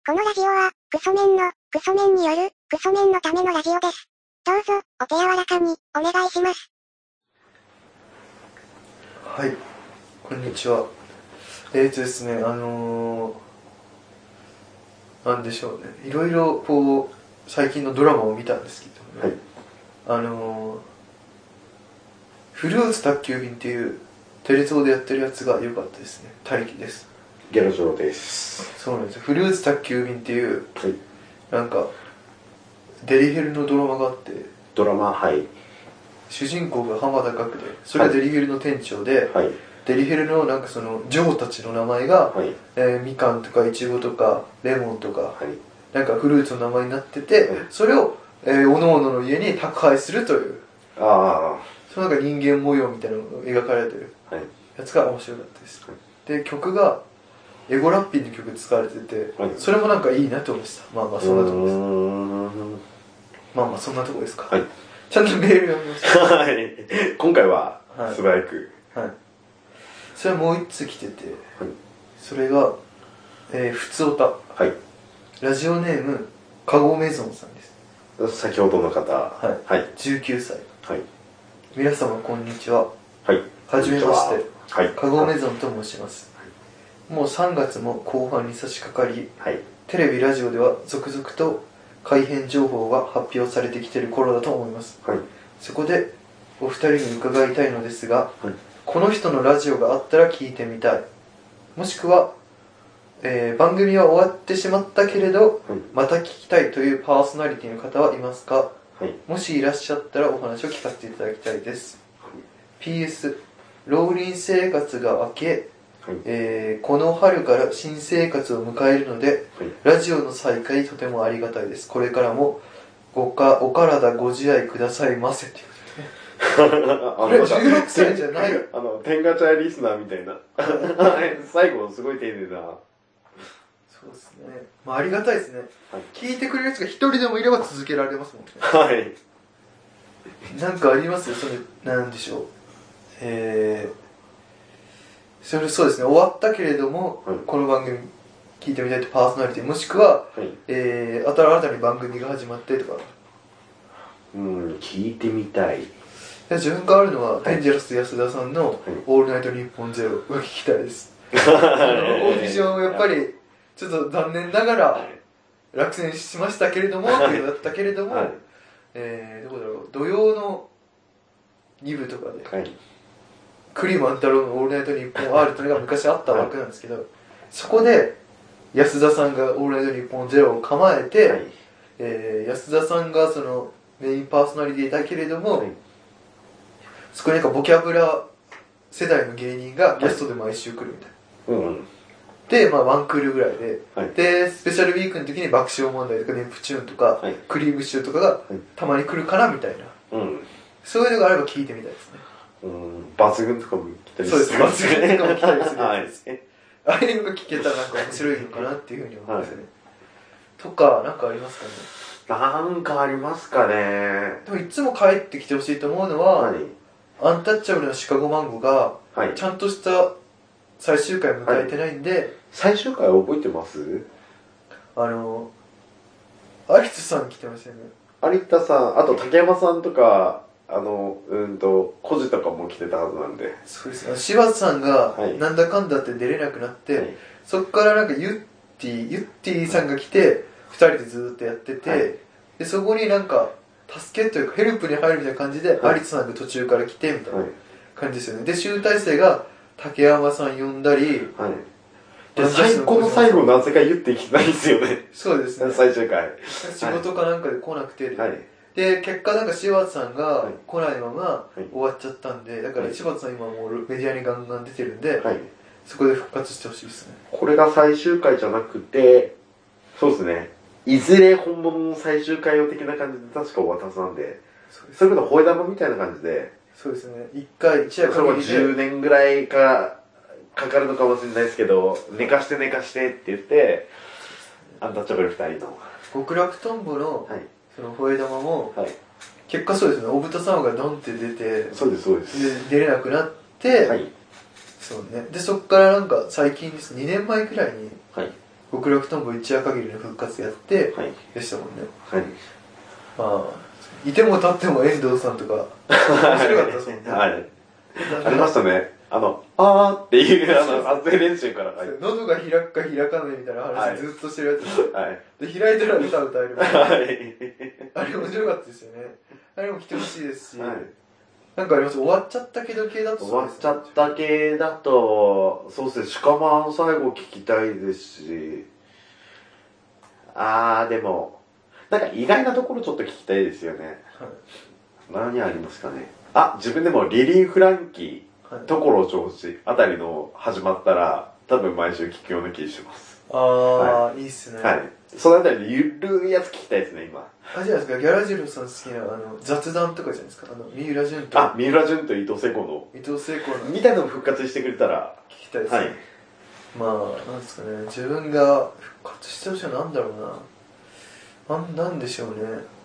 このラジオは、クソメンによる、クソメンのためのラジオです。どうぞ、お手柔らかに、お願いします。 はい、こんにちは。ですね、なんでしょうね。いろいろ、こう、最近のドラマを見たんですけどね。はい、フルーツ宅急便っていう、テレ東でやってるやつが良かったですね。大輝です。 ゲロジョーです。 そうなんですよ。フルーツ宅急便っていう、 はい、 なんか、デリヘルのドラマがあって、 はい。 主人公が浜田岳で、それがデリヘルの店長で、 はい、 デリヘルのなんかそのジョーたちの名前が、 はい、 みかんとかいちごとかレモンとか、 はい、 なんかフルーツの名前になってて、はい、それを、おのおのの家に宅配するという、そのなんか人間模様みたいなのが描かれてるやつが面白かったです。はい、で、曲がエゴラッピーの曲使われてて、はい、それもなんかいいなと思ってた。まあまあそんなとこです。まあまあそんなとこですか。はい、ちゃんとメール読みました。 はい。今回は素早く。 はい。それもう一つ来てて、はい、それが、ふつおた。はい。ラジオネーム、かごメゾンさんです。 先ほどの方。 はい。はい、19歳。はい。皆様こんにちは。 はい。 はじめまして。 はい。 かごメゾンと申します。もう3月も後半に差し掛かり、はい、テレビラジオでは続々と改編情報が発表されてきている頃だと思います、はい、そこでお二人に伺いたいのですが、はい、この人のラジオがあったら聞いてみたい、もしくは、番組は終わってしまったけれど、はい、また聞きたいというパーソナリティの方はいますか、はい、もしいらっしゃったらお話を聞かせていただきたいです、はい、PS 浪人生活が明け、はい、この春から新生活を迎えるので、はい、ラジオの再開とてもありがたいです。これからもお体ご自愛くださいませっていうことでね。これ16歳じゃない。 天ガチャリスナーみたいな。最後すごい丁寧な。 そうですね。まあありがたいですね。はい、聞いてくれるやつが一人でもいれば続けられますもんね。 はい。 なんかありますよ、それ、なんでしょう。そうですね、終わったけれども、はい、この番組聞いてみたいとパーソナリティ、もしくは、はい、新たに番組が始まってとか。 聞いてみたい。 自分があるのは、はい、デンジャラス安田さんの「オールナイトニッポンゼロ」が聞きたいです。オーディションをやっぱり、ちょっと残念ながら、落選しましたけれども、っていうのだったけれども、はい、どこだろう、土曜の2部とかで、はい、栗万太郎の「オールナイトニッポン R」というのが昔あった枠なんですけど、はい、そこで安田さんが「オールナイトニッポンゼロ」を構えて、はい、安田さんがそのメインパーソナリティだけれども、はい、そこになんかボキャブラ世代の芸人がゲストで毎週来るみたいな、はい、で、まあワンクールぐらいで、はい、でスペシャルウィークの時に爆笑問題とかネプチューンとか、はい、クリームシチューとかがたまに来るかなみたいな、そういうのがあれば聞いてみたいですね。 抜群とかも来たりする。 そうです、抜群とかも来たりするやつですね。ああいうのが聞けたらなんか面白いのかなっていうふうに思いますね。はい、とか、なんかありますかね。 なんかありますかね。 でもいつも帰ってきてほしいと思うのは、アンタッチャブルのシカゴマンゴが、ちゃんとした最終回迎えてないんで、 最終回覚えてます？ 有田さん来てましたよね。 有田さん、あと竹山さんとか、コジとかも来てたはずなんで。 そうですね。柴田さんがなんだかんだって出れなくなって、はい、そっからなんかユッティさんが来て2人でずっとやってて、はい、でそこになんか助けというかヘルプに入るみたいな感じで、はい、有田さんが途中から来てみたいな感じですよね。で集大成が竹山さん呼んだり、はい、 で最後の最後なぜか言ってきてないんですよね。 そうですね。 最終回仕事かなんかで来なくて、はい、で結果なんか柴田さんが来ないまま終わっちゃったんで、だから柴田さん今もうメディアにガンガン出てるんで、はい、そこで復活してほしいですね。 これが最終回じゃなくて、そうですね、いずれ本物の最終回用的な感じで確か終わったはずなんで、そういうこと吠え玉みたいな感じで、 そうですね、一夜限りでそれも10年ぐらいかかるのかもしれないですけど、寝かしてって言ってアンタッチャブル2人の極楽とんぼの、はい、その吠え玉も、はい、結果そうですね、おぶたさんがドンって出て、 そうですで出れなくなって、はい、そうね、でそっからなんか最近です、2年前くらいに、はい、 極楽とんぼ一夜限りの復活やってはい。 でしたもんね。 はい。 まあいても立っても遠藤さんとか面白かったですもんね。 はい。ありましたね。あーっていう、撮影練習から。はい。 喉が開くか開かないみたいな話ずっとしてるやつですよ。 はい。 で、開いたら歌歌えるみたいな。 はい。 あれ面白かったですよね。あれも来てほしいですし、 はいなんかあります。終わっちゃったけど系だと終わっちゃった系だと、そうですね、シカマン最後聞きたいですし、でも、なんか意外なところちょっと聞きたいですよね。 はい、 何ありますかね。自分でもリリー・フランキー、 はい、 所ジョージあたりの始まったら、多分毎週聞くような気がします。 いいっすね。 はい。そのあたりのゆるいやつ聞きたいですね、今。 じゃないですか、ギャラジロさん好きな雑談とかじゃないですか。三浦淳と。 三浦淳と伊藤聖子の。 伊藤聖子の。 みたいなの復活してくれたら。 聞きたいですね。はい。まあ、なんですかね、自分が復活してほしいのはなんだろうな。なんでしょうね。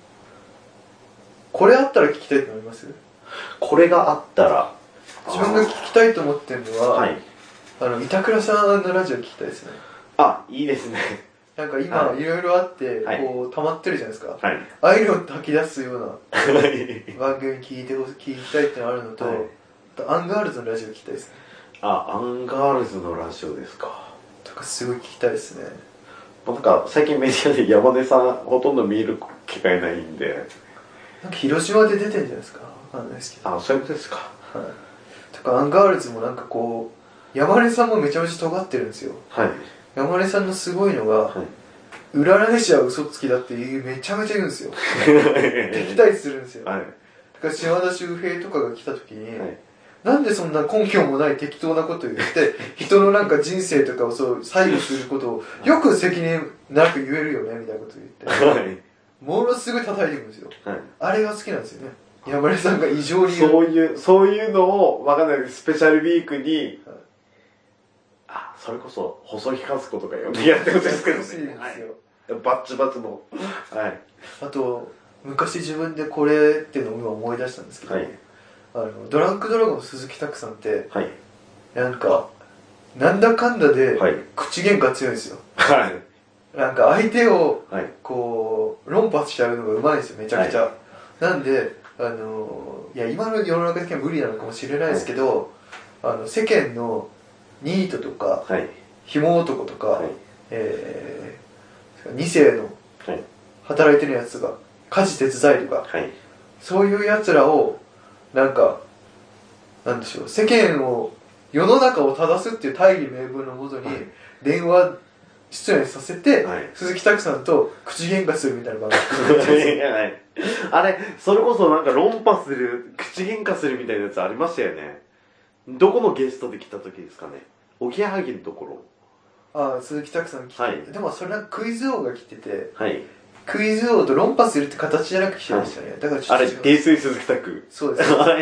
これあったら聞きたいと思います？ これがあったら。 自分が聞きたいと思ってるのは、 はい。 板倉さんのラジオ聞きたいですね。 いいですね。 なんか今、いろいろあって、こう、溜まってるじゃないですか。 はい。 ああいうのを吐き出すような番組聞きたいってのがあるのと、アンガールズのラジオ聞きたいですね。 アンガールズのラジオですか。 とかすごい聞きたいですね。 なんか最近メディアで山根さんほとんど見る機会ないんで。 なんか広島で出てんじゃないですか。わかんないですけど。 そういうことですか。 はい。とかアンガールズもなんかこう、山根さんもめちゃめちゃ尖ってるんですよ。はい。山根さんのすごいのが、占い師は嘘つきだってめちゃめちゃ言うんですよ。敵対するんですよ。はい。だから島田秀平とかが来た時に、なんでそんな根拠もない適当なこと言って、人のなんか人生とかを左右することをよく責任なく言えるよねみたいなこと言って、ものすごい叩いていくんですよ。あれが好きなんですよね。山根さんが異常に言う。 そういうのを、わかんないスペシャルウィークに、それこそ、細木和子とか呼んでやってほしいですけどね。バッチバチの。はい。 あと、昔自分でこれっていうのを今思い出したんですけど、ドランクドラゴン鈴木拓さんって、なんか、なんだかんだで、口喧嘩強いんですよ。なんか相手を、こう、論破しちゃうのがうまいんですよ、めちゃくちゃ。なんで、いや、今の世の中的には無理なのかもしれないですけど、世間のニートとか、ひも男とか、2世の働いてるやつが、家事手伝いとか、そういうやつらを、なんか、なんでしょう、世間を、世の中を正すっていう大義名分のもとに、電話出演させて、鈴木拓さんと口喧嘩するみたいな番組。 あれ、それこそなんか論破する、口喧嘩するみたいなやつありましたよね。どこのゲストで来た時ですかね。おぎやはぎのところ。 鈴木拓さん来て、でもそれなんかクイズ王が来てて、 はい。 クイズ王と論破するって形じゃなく来てましたね。だからちょっとあれ、泥酔鈴木拓。 そうです。 はい。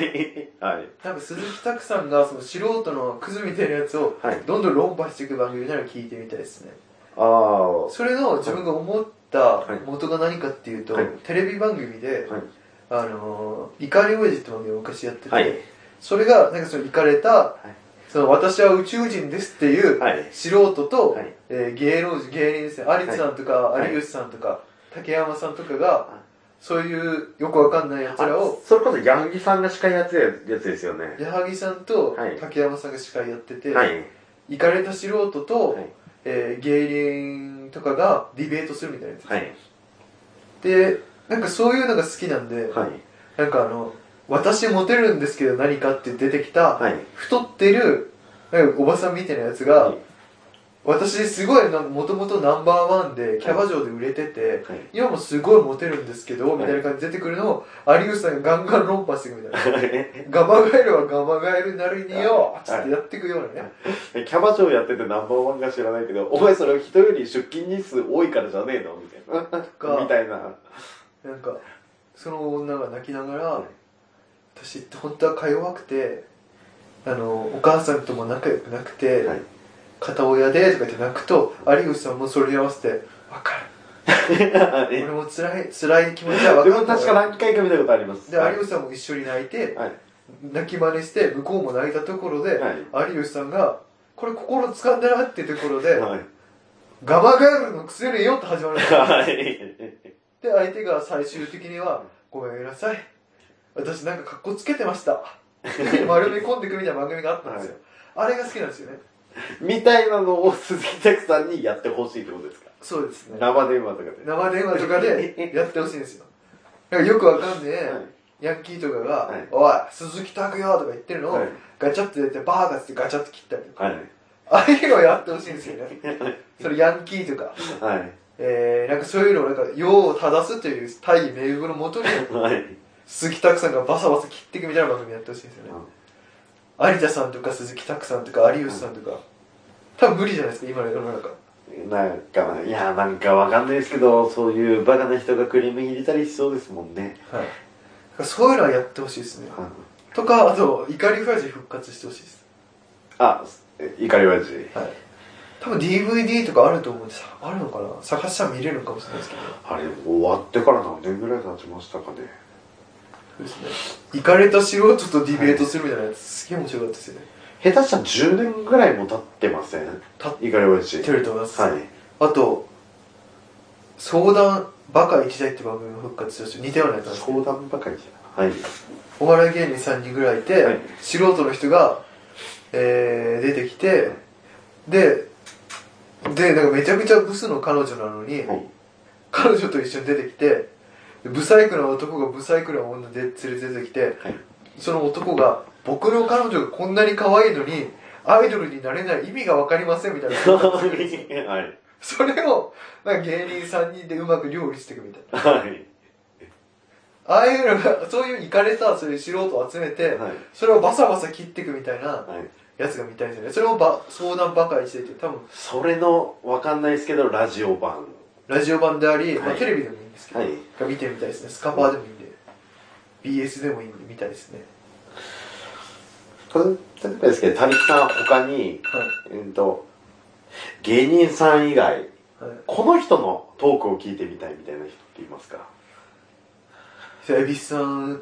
なんか鈴木拓さんがその素人のクズみたいなやつを、どんどん論破していく番組なら聞いてみたいですね。それの自分が思った元が何かっていうと、テレビ番組で、イカリ王子って番組を昔やってて、それが、なんかそのイカれた、私は宇宙人ですっていう素人と、芸人ですね、有津さんとか有吉さんとか竹山さんとかがそういうよくわかんないやつらを、 それこそ矢作さんが司会やってるやつですよね。 矢作さんと竹山さんが司会やってて、イカれた素人と、芸人とかがディベートするみたいなやつです。で、なんかそういうのが好きなんで、なんか私モテるんですけど何かって出てきた、太ってるなんかおばさんみたいなやつが、私すごいもともとナンバーワンでキャバ嬢で売れてて、今もすごいモテるんですけど、みたいな感じで出てくるのを有吉さんがガンガン論破していくみたいな。ガマガエルはガマガエルなりによつってやっていくようなね。 キャバ嬢やっててナンバーワンが知らないけど、お前それ人より出勤日数多いからじゃねえのみたいな。みたいな。 なんか、その女が泣きながら、私って本当はか弱くて、お母さんとも仲良くなくて、片親でとか言って泣くと、有吉さんもそれに合わせて、わかる。俺も辛い気持ちはわかる。 でも確か何回か見たことあります。 で、有吉さんも一緒に泣いて、泣き真似して、向こうも泣いたところで、有吉さんが、これ心掴んだなっていうところで、 ガマガエルのくせによって始まるんですよ。 はい。 で、相手が最終的には、ごめんなさい。私なんか格好つけてました。丸め込んでくみたいな番組があったんですよ。あれが好きなんですよね。 みたいなのを鈴木拓さんにやってほしいってことですか？ そうですね。 生電話とかで。 生電話とかでやってほしいんですよ。だからよくわかんねえ、 はいヤンキーとかが、 はい、 おい、鈴木拓也とか言ってるのを、 はいガチャって出て、バーガーってガチャって切ったりとか、 はい。 ああいうのをやってほしいんですよね。それヤンキーとか、 はい。 なんかそういうのをなんか、世を正すという大義名分のもとに、 はい。 鈴木拓さんがバサバサ切っていくみたいな番組やってほしいんですよね。有田さんとか鈴木拓さんとか有吉さんとか、多分無理じゃないですか、今の世の中。 なんか、いや、なんかわかんないですけど、そういうバカな人がクレーム入れたりしそうですもんね。 はい。そういうのはやってほしいですね。とか、あと、怒りフラジ復活してほしいです。 あ、怒り親父。 はい。多分 DVD とかあると思うんです。あるのかな、探したら見れるのかもしれないですけど。 あれ、終わってから何年ぐらい経ちましたかね。 そうですね。行かれた素人とディベートするみたいなやつ、すげえ面白かったですよね。 下手したら10年ぐらいも経ってません？怒り親父。 てると思います。 はい。 あと、相談バカ一代って番組も復活してほしい。似たようなやつなんですけど。 相談ばかりじゃん。はい。 お笑い芸人3人ぐらいいて、 はい素人の人が、出てきて、で、なんかめちゃくちゃブスの彼女なのに、 はい。 彼女と一緒に出てきて、ブサイクな男がブサイクな女で連れて出てきて、 はい。 その男が、僕の彼女がこんなに可愛いのに、アイドルになれない意味がわかりませんみたいな。 はい。 それを、なんか芸人3人でうまく料理していくみたいな。 はい。 ああいうのが、そういうイカれた、そういう素人を集めて、 はい。 それをバサバサ切っていくみたいなはい。 やつが見たいんですよね。それを相談バカ一でって多分、 それの、わかんないですけど、ラジオ版。 ラジオ版であり、 はいまあテレビでもいいんですけど、 はいが見てみたいですね。スカパーでもいいんで、BS でもいいんで見たいですね。 これ、例えばですけど、谷さん他に、 はい。 芸人さん以外、 はい。 この人のトークを聞いてみたいみたいな人っていますか？ 恵比寿さん、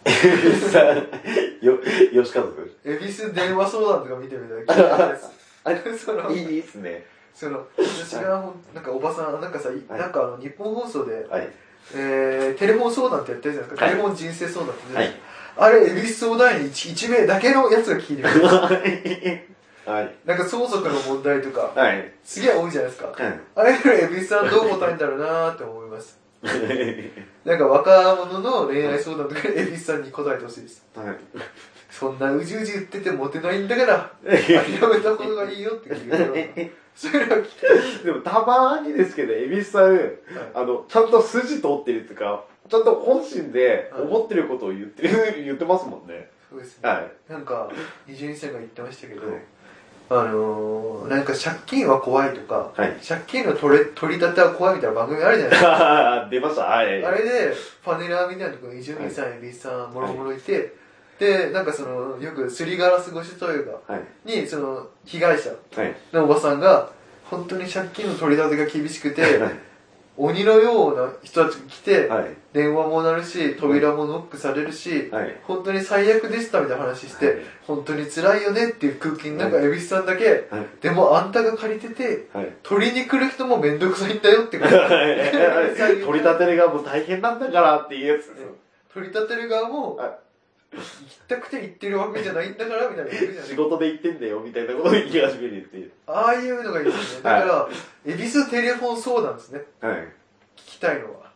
吉和君。 恵比寿電話相談とか見てみたい。聞いたです。その、 いいですね。 私がなんかおばさん、なんかさ、なんか日本放送で、 はい。 テレフォン相談ってやってるじゃないですか。 はいテレフォン人生相談って、 はい。 あれ、恵比寿相談員 1名だけのやつが聞いてる。 はい。 なんか相続の問題とか、 はい。 すげえ多いじゃないですか。 はい。 あれ、恵比寿さんどう答えんだろうなーって思います。なんか若者の恋愛相談とか恵比寿さんに答えてほしいです。 はい。 そんなうじうじ言っててモテないんだから諦めた方がいいよって聞くようなそれは聞きたい。 でもたまにですけど、恵比寿さん、ちゃんと筋通ってるっていうか、ちゃんと本心で思ってることを言ってますもんね。 そうですね。 はい。 なんか、伊集院さんが言ってましたけど、 はいなんか借金は怖いとか、 はい借金の取り立ては怖いみたいな番組あるじゃないですか。 出ました、はい。 あれで、パネラーみたいなところに伊集院さん、蛭子さん、もろもろいて、で、なんかその、よくすりガラス越しというか、 はい。 に、その、被害者はい。 のおばさんが、本当に借金の取り立てが厳しくて、 はい鬼のような人たちが来て、 はい。 電話も鳴るし、扉もノックされるし、 はい。 本当に最悪でしたみたいな話して、 はい本当に辛いよねっていう空気になんか蛭子さんだけ、 はい。 でもあんたが借りてて、 はい。 取りに来る人もめんどくさいんだよってこと取り立てる側も大変なんだからっていうやつですよ。 取り立てる側も、 はい行きたくて行ってるわけじゃないんだからみたいなこと言うじゃない仕事で行ってんだよみたいなことを言い始めるっていう。 ああいうのがいいですね。だから、恵比寿テレフォン相談ですね。 はい。 聞きたいのは。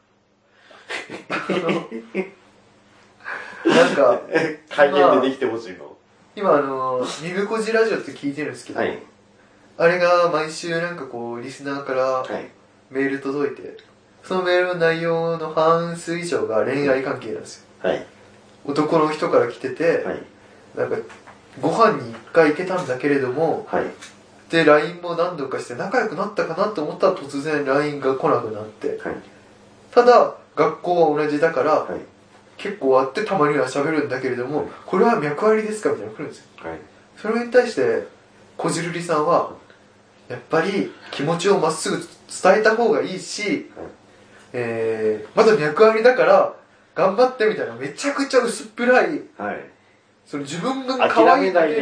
なんか、 会見でできてほしいの。 今ミムコジラジオって聞いてるんですけど、 はい。 あれが毎週なんかこう、リスナーからはい。 メール届いて、そのメールの内容の半数以上が恋愛関係なんですよ。 はい。 男の人から来てて、 はい。 なんか、ご飯に一回行けたんだけれども、 はい。 で、LINE も何度かして仲良くなったかなと思ったら突然 LINE が来なくなって、 はい。 ただ、学校は同じだから、 はい。 結構会ってたまには喋るんだけれども、これは脈ありですかみたいなの来るんですよ。 はい。 それに対して、こじるりさんは、やっぱり気持ちをまっすぐ伝えた方がいいし、まだ脈ありだから、頑張ってみたいな、めちゃくちゃ薄っぺらい、 はい。 その自分が可愛いだけの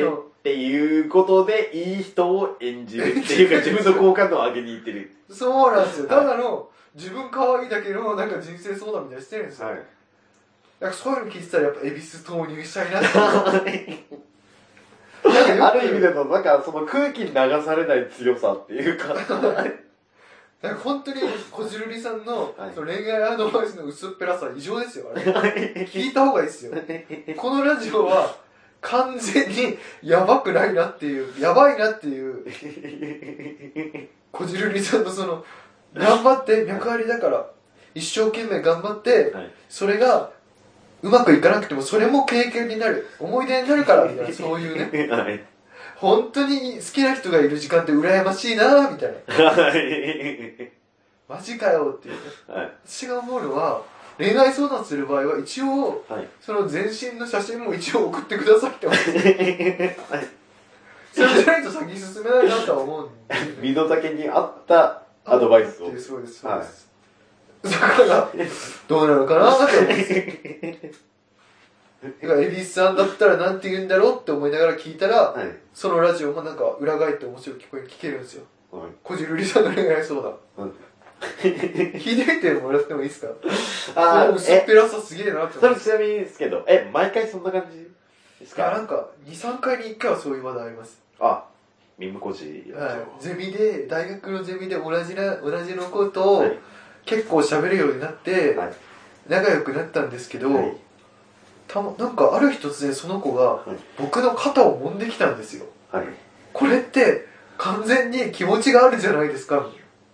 っていうことでいい人を演じるっていうか自分の好感度を上げにいってる。 そうなんですよ。ただの、自分可愛いだけのなんか人生相談みたいにしてるんですよ。 はい。 なんかそういうの聞いてたらやっぱ恵比寿投入したいなってなんかある意味での、なんかその空気に流されない強さっていうか。 なんか本当にこじるりさんの、 はいその恋愛アドバイスの薄っぺらさは異常ですよ、あれ。聞いた方がいいですよ。このラジオは完全にやばくないなっていう、やばいなっていう、こじるりさんのその、頑張って、脈ありだから、一生懸命頑張って、 はい、 それがうまくいかなくてもそれも経験になる、思い出になるからみたいな、そういうね。 はい。 本当に好きな人がいる時間って羨ましいなみたいな。 はい。 マジかよっていうね。 はい。 私が思うのは、恋愛相談する場合は一応、 はい。 その全身の写真も一応送ってくださいって思って。 はい。 それじゃないと先進めないなとは思うんで。 身の丈に合ったアドバイスを。 そうです、そうです。だから、どうなのかなって思って。だから、蛭子さんだったらなんて言うんだろうって思いながら聞いたら、 はい。 そのラジオもなんか裏返って面白い聞けるんですよ。 はい。 こじるりさんの恋愛相談。聞いてみてもらってもいいですか？ あこの薄っぺらさすげえなって思って。 それちなみにですけど、毎回そんな感じですいや、なか？ んか、2、3回に1回はそういう話題あります。 あ、ミムコジやはい。ゼミで、大学のゼミで同じのことを、 はい結構喋るようになって、 はい。 仲良くなったんですけど、 はいなんかある日突然その子がはい僕の肩を揉んできたんですよ。 はい。 これって完全に気持ちがあるじゃないですか。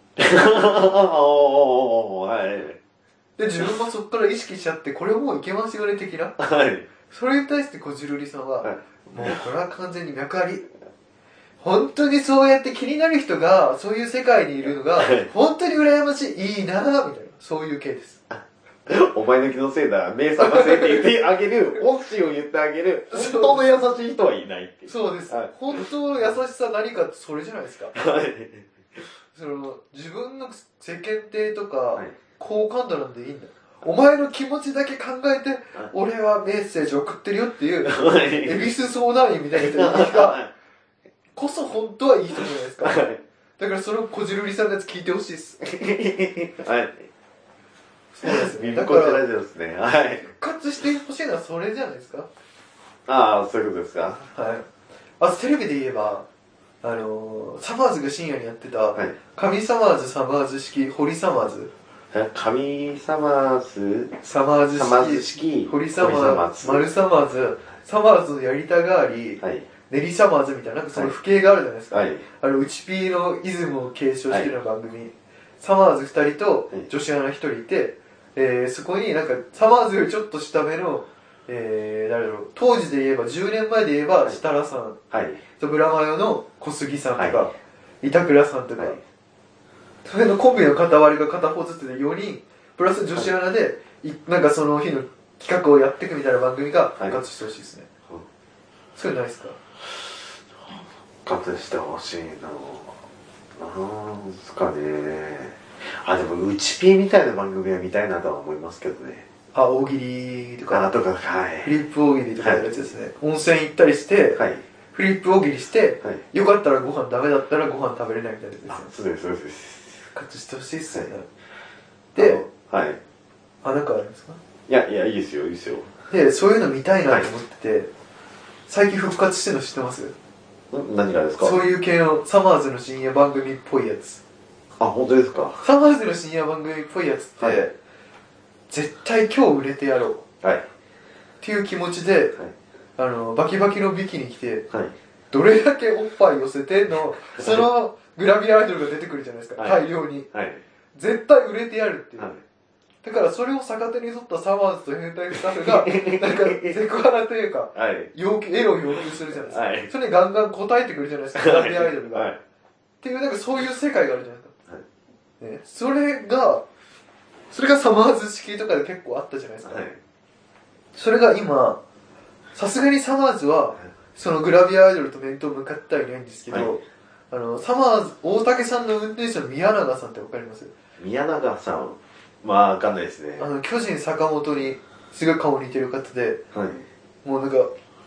おー、はい。 で、自分もそっから意識しちゃって、これもういけますよね的な。 はい。 それに対してこじるりさんは、 はいもうこれは完全に脈あり。本当にそうやって気になる人がそういう世界にいるのがはい本当に羨ましい、いいなぁみたいな、そういう系です。 お前の気のせいだ、目覚ませって言ってあげる、恩師を言ってあげる、本当の優しい人はいないっていう。 そうです、 はい本当の優しさ何かってそれじゃないですか。 はい。 その自分の世間体とか、 はい好感度なんでいいんだ。お前の気持ちだけ考えて、俺はメッセージ送ってるよっていう恵比寿相談員みたいな人がこそ本当はいい人じゃないですか。 はいだからそのこじるりさんのやつ聞いてほしいっす。 はい。 そうですね。 ミムコチだからラジオですね。はい。 復活してほしいのはそれじゃないですか。 ああ、そういうことですか。 はい。あとテレビで言えば、サマーズが深夜にやってた、 はい。 神サマーズサマーズ式、堀サマーズ。 神様ズサマーズサマーズ式、 式、 堀サマーズ、丸サマーズ、サマーズのやりたがり、 はい。 練りサマーズみたいな、なんかその不景があるじゃないですか。 はい。 うちピーのイズムを継承してるような番組、サマーズ2人とはい女子アナ1人いて、そこになんかサマーズよりちょっと下目の、誰だろう、当時で言えば10年前で言えば設楽さんはい。 とブラマヨの小杉さんとか、 は板倉さんとか、 はい。 それのコンビの片割りが片方ずつで4人プラス女子アナで、なんかその日の企画をやっていくみたいな番組が復活してほしいですね、 はいそういうのないですか？ 復活してほしいな。なんすかね。あ、でも、うちピーみたいな番組は見たいなとは思いますけどね。 大喜利とか、 とか、はい。 フリップ大喜利とかやるやつですね、温泉行ったりして、 はい。 フリップ大喜利して、 はい。 よかったらご飯ダメだったらご飯食べれないみたいなやつですあね、 そうです、そうです。 復活してほしいっすよね、 で、 で、 はい。 なんかあるんですか？ いや、いいですよ、いいですよ。 で、そういうの見たいなと思ってて、最近復活してるの知ってます？ 何がですか？ そういう系のサマーズの深夜番組っぽいやつ。 あ、本当ですか？ サマーズの深夜番組っぽいやつって、 はい絶対今日売れてやろうはい。 っていう気持ちで、バキバキのビキに来て、 はい。 どれだけおっぱい寄せてんの、そのグラビアアイドルが出てくるじゃないですか、 はい大量に。 はい。 絶対売れてやるっていう。 はい。 だからそれを逆手に取ったサマーズと変態スタッフが、なんかセクハラというか、 はい。 エロを要求するじゃないですか。 はいそれにガンガン答えてくるじゃないですか、グラビアアイドルが。 はい。 っていうなんかそういう世界があるじゃないですか、 はいね、それがサマーズ式とかで結構あったじゃないですか、 はい。 それが今さすがにサマーズはそのグラビアアイドルと面と向かってはいないんですけど、 はいサマーズ大竹さんの運転手の宮永さんってわかります？ 宮永さん、まあ、わかんないですね。 巨人坂本にすごい顔似てる方で、 はい。 もうなんか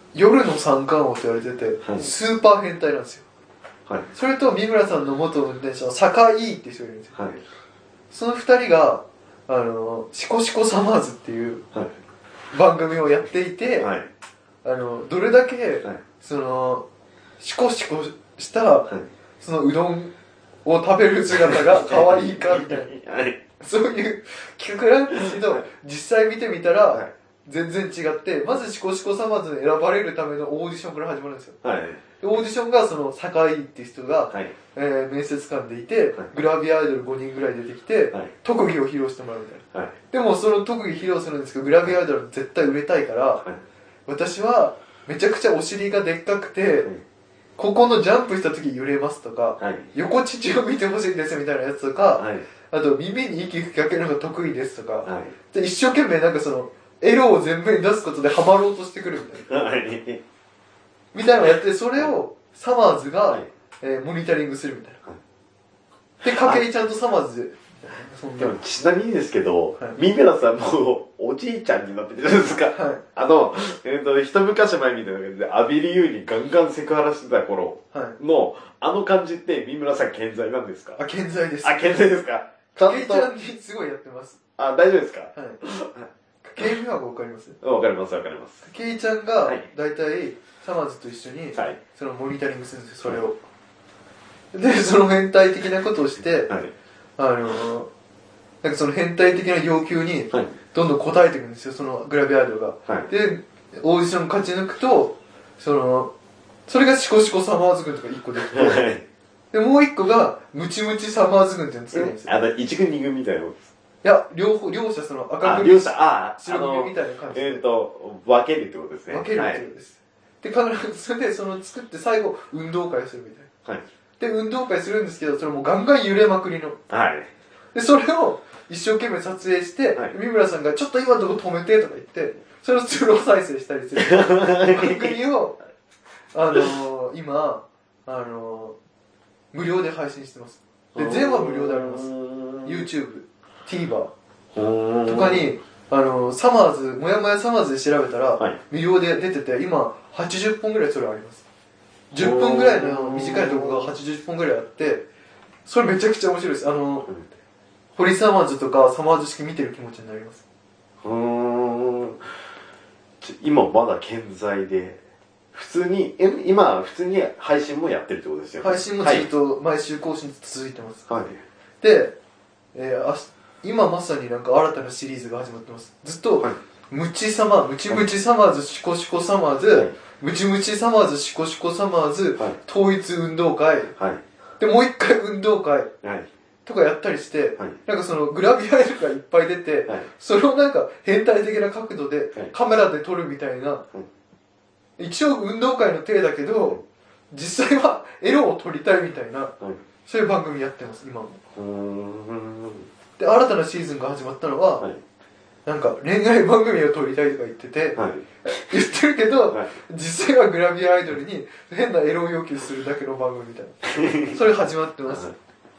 夜の三冠王って言われてて、 はいスーパー変態なんですよ。 はい。 それと三村さんの元運転手の坂井っていう人がいるんですよ。 はい。 その二人がシコシコサマーズっていうはい。 番組をやっていて、 はい。 どれだけ、 はいシコシコしたはい。 そのうどんを食べる姿が可愛いかみたいなはい。 そういう企画なんですけど、実際見てみたら、 はい全然違って、まずシコシコサマーズに選ばれるためのオーディションから始まるんですよ。 はい。 でオーディションがその坂井っていう人が、 はい。 面接官でいて、 はいグラビアアイドル5人ぐらい出てきて、 はい。 特技を披露してもらうみたいな。 はい。 でもその特技披露するんですけど、グラビアアイドル絶対売れたいから、 はい。 私はめちゃくちゃお尻がでっかくて、ここのジャンプした時揺れますとか、 はい。 横乳を見てほしいですみたいなやつとか、 はい。 あと耳に息吹きかけるのが得意ですとか、 はい。 で一生懸命なんかそのエロを前面に出すことでハマろうとしてくるみたいなはい。 みたいなのをやってそれをサマーズが、 はい。 モニタリングするみたいな、 はいで筧ちゃんとサマーズでそんなでもちなみにですけどはい、 三村さんもうおじいちゃんになってるじゃないですか。 はい一昔前みたいな感じで、アビリユーにガンガンセクハラしてた頃はいの、感じって三村さん健在なんですか？ あ健在です健在ですか？ちゃんと筧ち、ゃんにすごいやってます。 大丈夫ですか？ はい筧美和がわかります？ わかります、わかります。 筧ちゃんがはいだいたいサマーズと一緒にはい。 そのモニタリングするんですよそれを、でその変態的なことをしてはい。 なんかその変態的な要求にはい。 どんどん答えていくんですよそのグラビアアイドルが。 はい。 でオーディション勝ち抜くとそれがシコシコサマーズ軍とか1個できて、 はい。 でもう1個がムチムチサマーズ軍っていうのを作るんですよ。 一軍二軍みたいなことです。 いや両者その赤組両者、 白組みたいな感じで分けるってことですね。 分けるっていうことです、で必ずそれで作って最後運動会するみたいな。 はい。 で運動会するんですけどそれもうガンガン揺れまくりのはい。 でそれを一生懸命撮影して、 はい三村さんがちょっと今のとこ止めてとか言ってそれをスロー再生したりする番組を今無料で配信してます。で全話無料であります。 YouTube、TVer とかにサマーズもやもやサマーズで調べたら、 はい、 無料で出てて今80本ぐらいそれあります。10分ぐらいの短いとこが80本ぐらいあってそれめちゃくちゃ面白いです。堀サマーズとかサマーズ式見てる気持ちになります。 今まだ健在で普通に今普通に配信もやってるってことですよね。 配信もずっと毎週更新続いてます。 はい。 で、今まさになんか新たなシリーズが始まってます。ずっと、 はい、 ムチサマー、ムチムチサマーズ、シコシコサマーズ、はい、ムチムチサマーズ、シコシコサマーズ、はい、統一運動会、はい、でもう一回運動会、はい、とかやったりして、はい、なんかそのグラビアアイドルがいっぱい出て、はい、それをなんか変態的な角度でカメラで撮るみたいな、はい、一応運動会の体だけど、実際はエロを撮りたいみたいな、はい、そういう番組やってます、今も。で、新たなシーズンが始まったのは、はい、なんか恋愛番組を撮りたいとか言ってて、はい、言ってるけど、はい、実際はグラビアアイドルに変なエロを要求するだけの番組みたいな。それ始まってます。はい、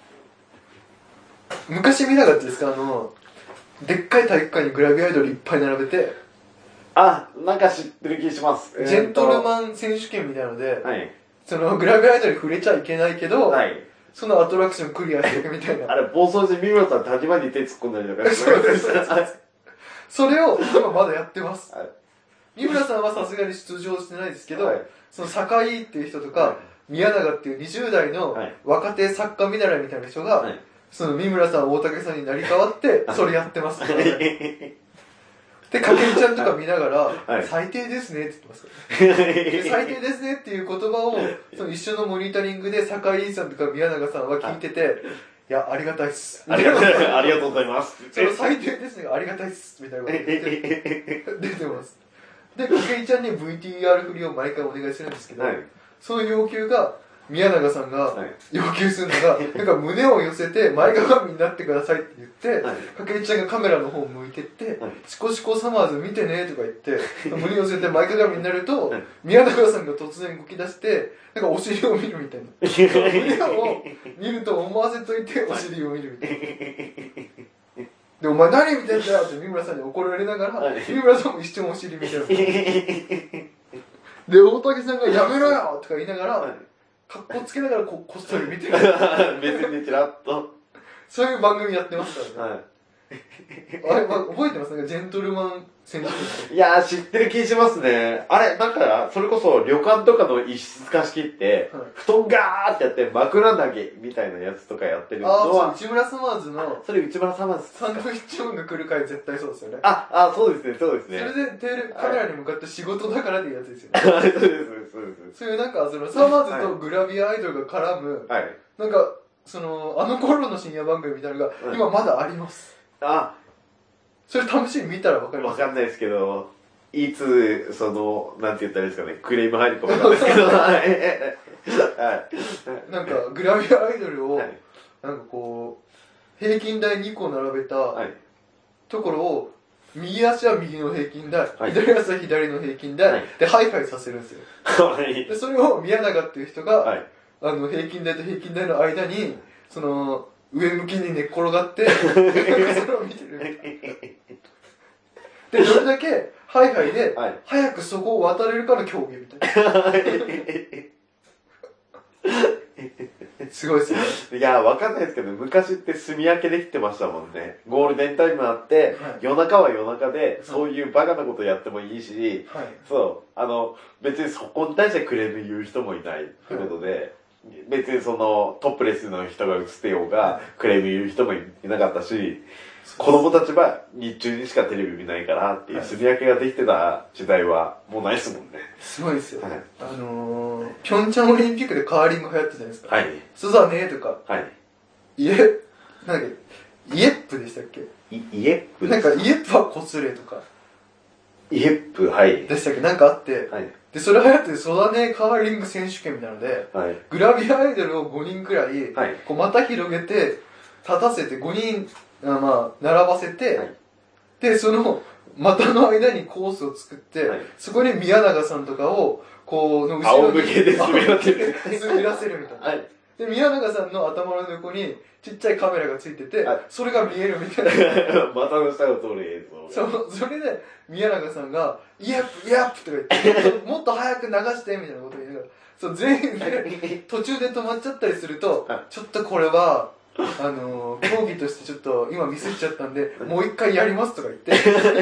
昔見なかったですか？でっかい体育館にグラビアアイドルいっぱい並べて、 なんか知ってる気します。 ジェントルマン選手権みたいなので、はい、そのグラビアアイドルに触れちゃいけないけど、はい、そのアトラクションクリアしていくみたいな。 あれ、暴走時三村さん立場に手突っ込んだりとかそうです。それを今まだやってます。はい、三村さんはさすがに出場してないですけど、はい、その坂井っていう人とか、はい、宮永っていう20代の若手作家見習いみたいな人が、はい、その三村さん、大竹さんになり変わって、それやってます。で、かけりちゃんとか見ながら、はい、最低ですねって言ってますからね。最低ですねっていう言葉を、その一緒のモニタリングで坂井さんとか宮永さんは聞いてて、いや、ありがたいっす。 ありがとうございます。 その最低ですねがありがたいっす。みたいなこと言って出てます。で、かけりちゃんに VTR 振りを毎回お願いするんですけど、はい、その要求が、宮永さんが要求するのが、なんか胸を寄せて前かがみになってくださいって言って、はい、かけりちゃんがカメラの方を向いてって、はい、シコシコサマーズ見てねとか言って、胸寄せて前かがみになると、はい、宮永さんが突然動き出して、なんかお尻を見るみたいな。胸を見ると思わせといてお尻を見るみたいな。で、お前何見てんだよって三村さんに怒られながら、三村さんも一瞬お尻見てる。 で、大竹さんがやめろよとか言いながら、格好つけながらこっそり見てる。 別にちらっと。 そういう番組やってますからね。 はい。 あれ、覚えてますなんかジェントルマン選手権。 いやー、知ってる気しますね。あれ、なんか、それこそ旅館とかの一室貸し切って、布団ガーってやって枕投げみたいなやつとかやってるのは。 内村サマーズの、 それ内村サマーズ。 サンドウィッチマンが来る回絶対そうですよね。 そうですね、そうですね。 それでカメラに向かって仕事だからっていうやつですよね。 そうです、そうです。 そういうなんか、サマーズとグラビアアイドルが絡む、なんか、あの頃の深夜番組みたいなのが、今まだあります。それ試しに見たらわかります。 わかんないですけど、いつ、なんて言ったらいいですかね、クレーム入るかわかんないですけど、 なんか、グラビアアイドルを、なんかこう、平均台2個並べたところを、右足は右の平均台、左足は左の平均台、で、ハイハイさせるんですよ。で、それを宮永っていう人が、平均台と平均台の間に、上向きに寝っ転がって、それを見てる。で、どれだけ、ハイハイで、早くそこを渡れるかの競技みたいな。すごいっすね。 いや、わかんないですけど、昔って炭焼けできてましたもんね。ゴールデンタイムあって、夜中は夜中で、そういうバカなことやってもいいし、そう、別にそこに対してクレーム言う人もいないってことで、別にトップレスの人が映ってようが、クレーム言う人もいなかったし、子供たちは日中にしかテレビ見ないからっていう炭焼けができてた時代はもうないですもんね。 すごいですよ。ピョンチャンオリンピックでカーリング流行ったじゃないですか。そうだねとか。なんか、イエップでしたっけ？ イエップなんか、イエップはこすれとか。 イエップ、 でしたっけなんかあって。で、それ流行って、そうだねカーリング選手権みたいなので、グラビアアイドルを5人くらい、こう股広げて、立たせて5人、並ばせて、で、股の間にコースを作って、そこに宮永さんとかを、後ろに仰向けで滑らせる。 滑らせるみたいな。で、宮永さんの頭の横にちっちゃいカメラがついてて、それが見えるみたいな。 股の下を撮る映像。それで、宮永さんが、イエップ、イエップとか言って、もっと早く流して、みたいなこと言いながら、全員で、途中で止まっちゃったりすると、ちょっとこれは、競技としてちょっと今ミスっちゃったんで、もう一回やりますとか言って、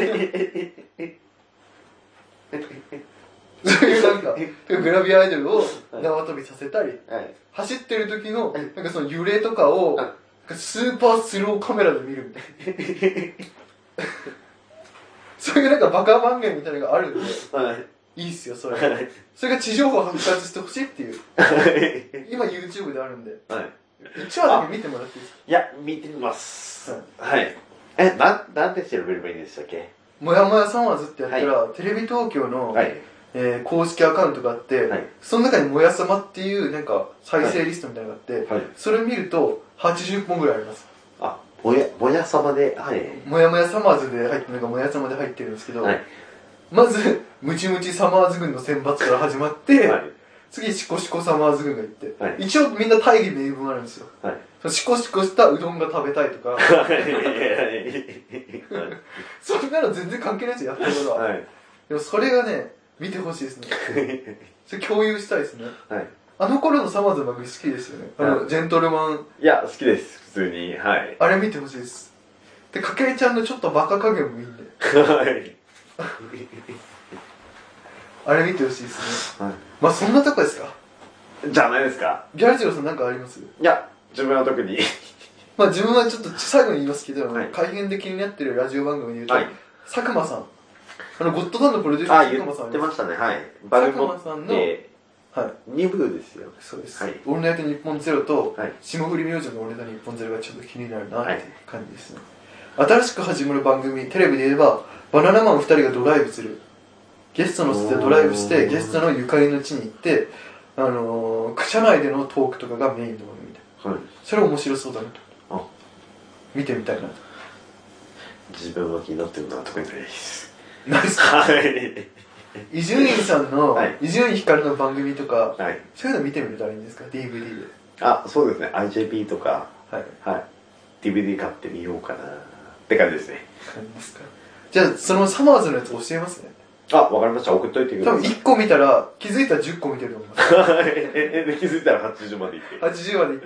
そういうなんか、グラビアアイドルを縄跳びさせたり、走ってる時の、なんか揺れとかを、スーパースローカメラで見るみたいな。そういうなんかバカ番組みたいなのがあるんで、いいっすよ、それ。それが地上波発達してほしいっていう。今 YouTube であるんで。1話だけ見てもらっていいですか？ いや、見てみます。なんで調べればいいんでしたっけ？ もやもやサマーズってやったら、テレビ東京の、公式アカウントがあって、その中にもやさまっていうなんか再生リストみたいなのがあって、それ見ると80本ぐらいあります。 もやさまで、 もやもやサマーズで入ってるのがもやさまで入ってるんですけど、まず、ムチムチサマーズ軍の選抜から始まって、次、シコシコサマーズ軍が行って、一応みんな大義名分あるんですよ。シコシコしたうどんが食べたいとか、そんなの全然関係ないですよ、やってることは。でもそれがね、見てほしいですね。それ共有したいですね。あの頃のサマーズの番組好きですよね。ジェントルマン。 いや、好きです、普通に。 あれ見てほしいです。で、かけいちゃんのちょっとバカ加減もいいんで。あれ見てほしいですね。まあそんなとこですか。 じゃないですか。 ギャラジロさんなんかあります？ いや、自分は特に。 まあ自分はちょっと最後に言いますけど、改編で気になってるラジオ番組で言うと、佐久間さん。ゴッドタンのプロデューサー佐久間さん。 言ってましたね、 佐久間さんの、 2部ですよ。 そうです。オールナイトニッポンゼロと、霜降り明星のオールナイトニッポンゼロがちょっと気になるなっていう感じですね。新しく始まる番組、テレビで言えば、バナナマン2人がドライブする。ゲストのせてドライブして、ゲストのゆかりの地に行って、車内でのトークとかがメインの番組みたいな。それ面白そうだなと。見てみたいなと。 自分は気になってるのは特にないです。 ないですか？伊集院さんの、伊集院光の番組とか、そういうの見てみるといいんですか？ DVD で。 そうですね。IJP とか、DVD 買ってみようかなって感じですね。 じゃあ、そのサマーズのやつ教えますね。 あ、わかりました。送っといてください。 多分1個見たら、気づいたら10個見てると思います。 気づいたら80までいって。 80までいって、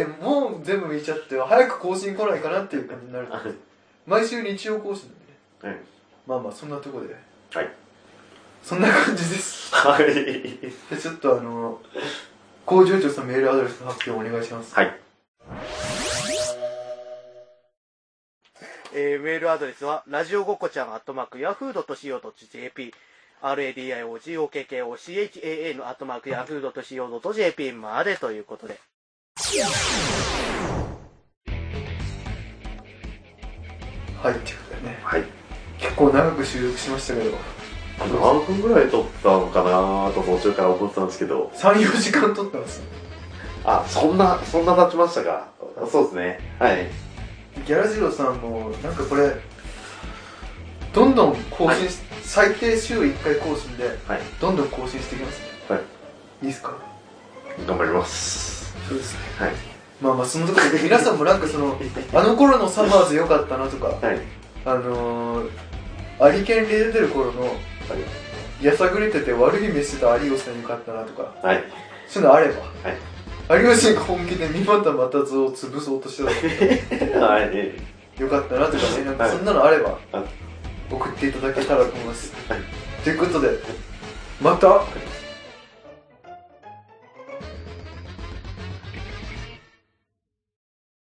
もう全部見ちゃって、早く更新来ないかなっていう感じになる。毎週日曜更新なんでね。まあまあ、そんなところで。 はい。 そんな感じです。 はい。 で、ちょっと工場長さんメールアドレスの発表お願いします。 はい。 メールアドレスは、ラジオごっこちゃん@yahoo.co.jp、radiogokochan@yahoo.co.jp までということで。 はい、っていうことでね。 はい。 結構長く収録しましたけど。 何分ぐらい撮ったのかなと途中から思ってたんですけど。 3、4時間撮ったんですよ。 あ、そんな経ちましたか。そうですね。はい。 ギャラジロさんもなんかこれどんどん更新し、最低週1回更新で、どんどん更新していきますね。はい。いいですか？ 頑張ります。 そうですね。 はい。 まあまあそのところで皆さんもなんかあの頃のサマーズ良かったなとか、はい、アリケンで出てる頃の、やさぐれてて悪い目してた有吉さんに良かったなとか、はい、そういうのあれば、はい、有吉が本気で三股又津を潰そうとしてたとか、はい、よかったなとかね、なんかそんなのあれば、送っていただけたらと思います。ということで、また